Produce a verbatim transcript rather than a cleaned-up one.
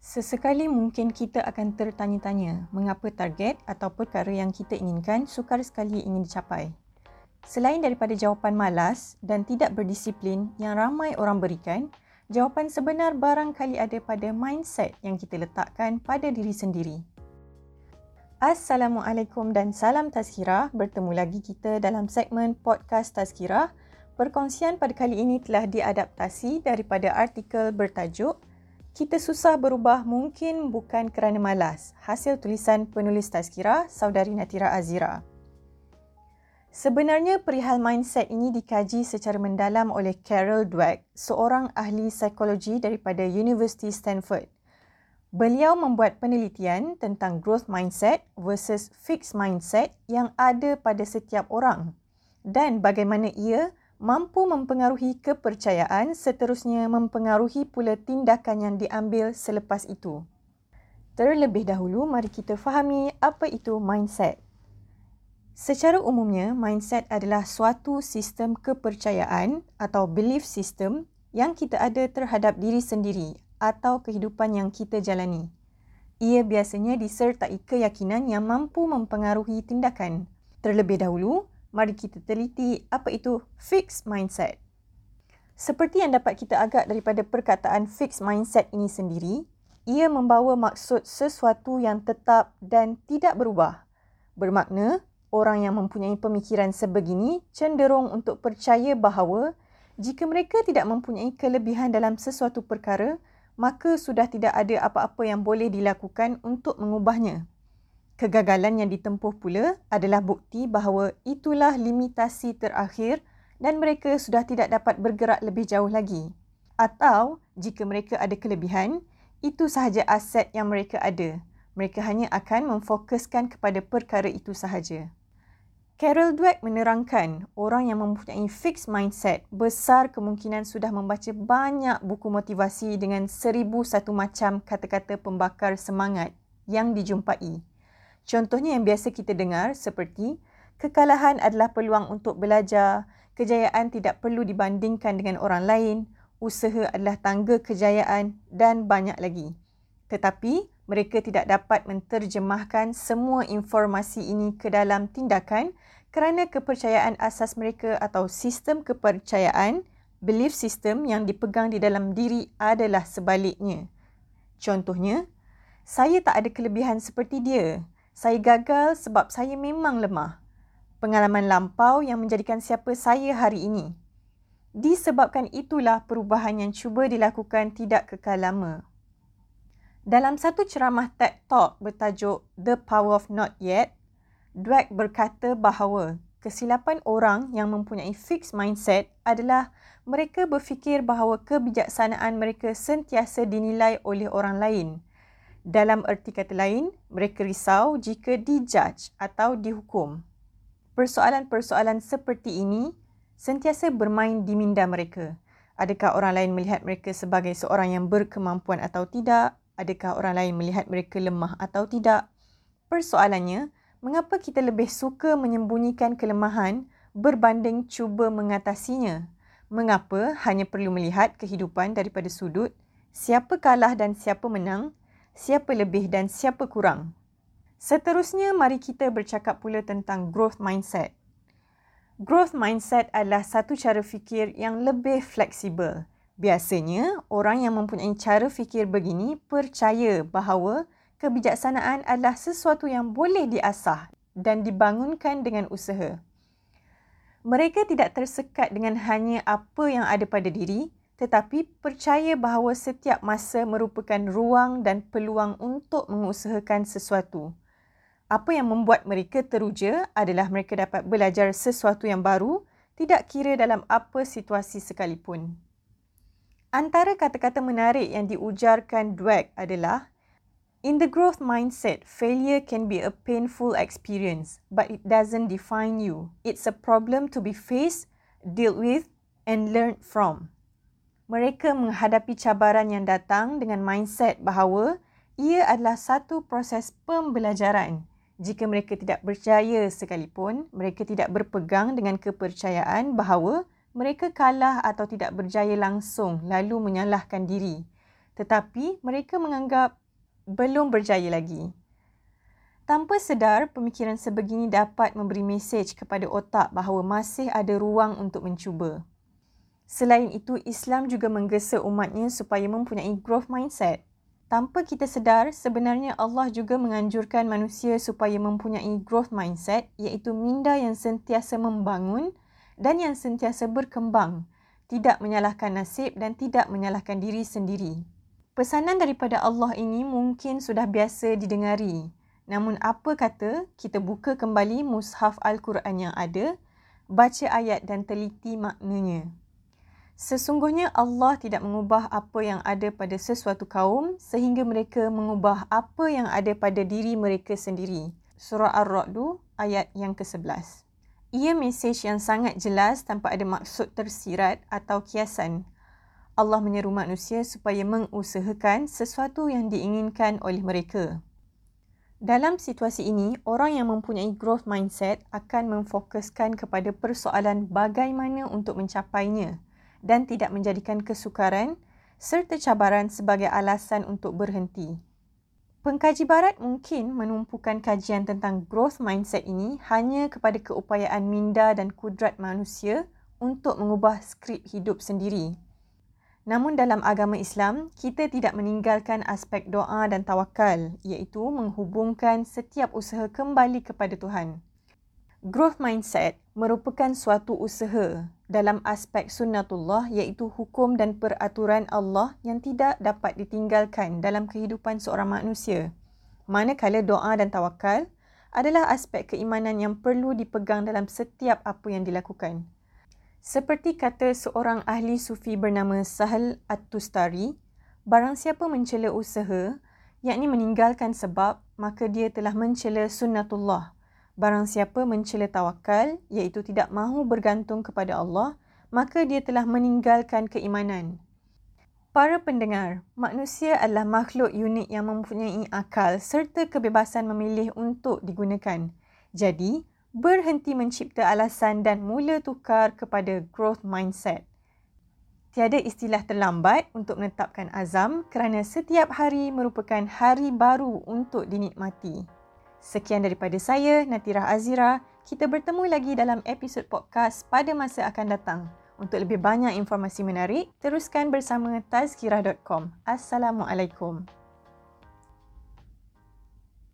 Sesekali mungkin kita akan tertanya-tanya mengapa target atau perkara yang kita inginkan sukar sekali ingin dicapai. Selain daripada jawapan malas dan tidak berdisiplin yang ramai orang berikan, jawapan sebenar barangkali ada pada mindset yang kita letakkan pada diri sendiri. Assalamualaikum dan salam Tazkirah. Bertemu lagi kita dalam segmen podcast Tazkirah. Perkongsian pada kali ini telah diadaptasi daripada artikel bertajuk Kita Susah Berubah Mungkin Bukan Kerana Malas, hasil tulisan penulis Tazkirah, Saudari Natira Azira. Sebenarnya perihal mindset ini dikaji secara mendalam oleh Carol Dweck, seorang ahli psikologi daripada Universiti Stanford. Beliau membuat penelitian tentang growth mindset versus fixed mindset yang ada pada setiap orang dan bagaimana ia mampu mempengaruhi kepercayaan, seterusnya mempengaruhi pula tindakan yang diambil selepas itu. Terlebih dahulu, mari kita fahami apa itu mindset. Secara umumnya, mindset adalah suatu sistem kepercayaan atau belief system yang kita ada terhadap diri sendiri atau kehidupan yang kita jalani. Ia biasanya disertai keyakinan yang mampu mempengaruhi tindakan. Terlebih dahulu, mari kita teliti apa itu fixed mindset. Seperti yang dapat kita agak daripada perkataan fixed mindset ini sendiri, ia membawa maksud sesuatu yang tetap dan tidak berubah. Bermakna, orang yang mempunyai pemikiran sebegini cenderung untuk percaya bahawa jika mereka tidak mempunyai kelebihan dalam sesuatu perkara, maka sudah tidak ada apa-apa yang boleh dilakukan untuk mengubahnya. Kegagalan yang ditempuh pula adalah bukti bahawa itulah limitasi terakhir dan mereka sudah tidak dapat bergerak lebih jauh lagi. Atau, jika mereka ada kelebihan, itu sahaja aset yang mereka ada. Mereka hanya akan memfokuskan kepada perkara itu sahaja. Carol Dweck menerangkan orang yang mempunyai fixed mindset besar kemungkinan sudah membaca banyak buku motivasi dengan seribu satu macam kata-kata pembakar semangat yang dijumpai. Contohnya yang biasa kita dengar seperti kekalahan adalah peluang untuk belajar, kejayaan tidak perlu dibandingkan dengan orang lain, usaha adalah tangga kejayaan dan banyak lagi. Tetapi mereka tidak dapat menterjemahkan semua informasi ini ke dalam tindakan kerana kepercayaan asas mereka atau sistem kepercayaan, belief system yang dipegang di dalam diri adalah sebaliknya. Contohnya, saya tak ada kelebihan seperti dia. Saya gagal sebab saya memang lemah. Pengalaman lampau yang menjadikan siapa saya hari ini. Disebabkan itulah perubahan yang cuba dilakukan tidak kekal lama. Dalam satu ceramah TED Talk bertajuk The Power of Not Yet, Dweck berkata bahawa kesilapan orang yang mempunyai fixed mindset adalah mereka berfikir bahawa kebijaksanaan mereka sentiasa dinilai oleh orang lain. Dalam erti kata lain, mereka risau jika dijudge atau dihukum. Persoalan-persoalan seperti ini sentiasa bermain di minda mereka. Adakah orang lain melihat mereka sebagai seorang yang berkemampuan atau tidak? Adakah orang lain melihat mereka lemah atau tidak? Persoalannya, mengapa kita lebih suka menyembunyikan kelemahan berbanding cuba mengatasinya? Mengapa hanya perlu melihat kehidupan daripada sudut siapa kalah dan siapa menang, siapa lebih dan siapa kurang? Seterusnya, mari kita bercakap pula tentang growth mindset. Growth mindset adalah satu cara fikir yang lebih fleksibel. Biasanya, orang yang mempunyai cara fikir begini percaya bahawa kebijaksanaan adalah sesuatu yang boleh diasah dan dibangunkan dengan usaha. Mereka tidak tersekat dengan hanya apa yang ada pada diri, tetapi percaya bahawa setiap masa merupakan ruang dan peluang untuk mengusahakan sesuatu. Apa yang membuat mereka teruja adalah mereka dapat belajar sesuatu yang baru, tidak kira dalam apa situasi sekalipun. Antara kata-kata menarik yang diujarkan Dweck adalah, in the growth mindset, failure can be a painful experience, but it doesn't define you. It's a problem to be faced, dealt with, and learned from. Mereka menghadapi cabaran yang datang dengan mindset bahawa ia adalah satu proses pembelajaran. Jika mereka tidak berjaya sekalipun, mereka tidak berpegang dengan kepercayaan bahawa mereka kalah atau tidak berjaya langsung lalu menyalahkan diri. tetapi mereka menganggap belum berjaya lagi. Tanpa sedar, pemikiran sebegini dapat memberi mesej kepada otak bahawa masih ada ruang untuk mencuba. Selain itu, Islam juga menggesa umatnya supaya mempunyai growth mindset. Tanpa kita sedar, sebenarnya Allah juga menganjurkan manusia supaya mempunyai growth mindset, iaitu minda yang sentiasa membangun dan yang sentiasa berkembang, tidak menyalahkan nasib dan tidak menyalahkan diri sendiri. Pesanan daripada Allah ini mungkin sudah biasa didengari. Namun apa kata kita buka kembali mushaf Al-Quran yang ada, baca ayat dan teliti maknanya. Sesungguhnya Allah tidak mengubah apa yang ada pada sesuatu kaum sehingga mereka mengubah apa yang ada pada diri mereka sendiri. Surah Ar-Ra'd ayat yang kesebelas. Ia mesej yang sangat jelas tanpa ada maksud tersirat atau kiasan. Allah menyeru manusia supaya mengusahakan sesuatu yang diinginkan oleh mereka. Dalam situasi ini, orang yang mempunyai growth mindset akan memfokuskan kepada persoalan bagaimana untuk mencapainya dan tidak menjadikan kesukaran serta cabaran sebagai alasan untuk berhenti. Pengkaji barat mungkin menumpukan kajian tentang growth mindset ini hanya kepada keupayaan minda dan kudrat manusia untuk mengubah skrip hidup sendiri. Namun dalam agama Islam, kita tidak meninggalkan aspek doa dan tawakal, iaitu menghubungkan setiap usaha kembali kepada Tuhan. Growth mindset merupakan suatu usaha dalam aspek sunnatullah, iaitu hukum dan peraturan Allah yang tidak dapat ditinggalkan dalam kehidupan seorang manusia. Manakala doa dan tawakal adalah aspek keimanan yang perlu dipegang dalam setiap apa yang dilakukan. Seperti kata seorang ahli sufi bernama Sahal At-Tustari, barang siapa mencela usaha, yakni meninggalkan sebab, maka dia telah mencela sunnatullah. Barang siapa mencela tawakal, iaitu tidak mahu bergantung kepada Allah, maka dia telah meninggalkan keimanan. Para pendengar, manusia adalah makhluk unik yang mempunyai akal serta kebebasan memilih untuk digunakan. Jadi, berhenti mencipta alasan dan mula tukar kepada growth mindset. Tiada istilah terlambat untuk menetapkan azam kerana setiap hari merupakan hari baru untuk dinikmati. Sekian daripada saya, Natirah Azira. Kita bertemu lagi dalam episod podcast pada masa akan datang. Untuk lebih banyak informasi menarik, teruskan bersama tazkirah dot com. Assalamualaikum.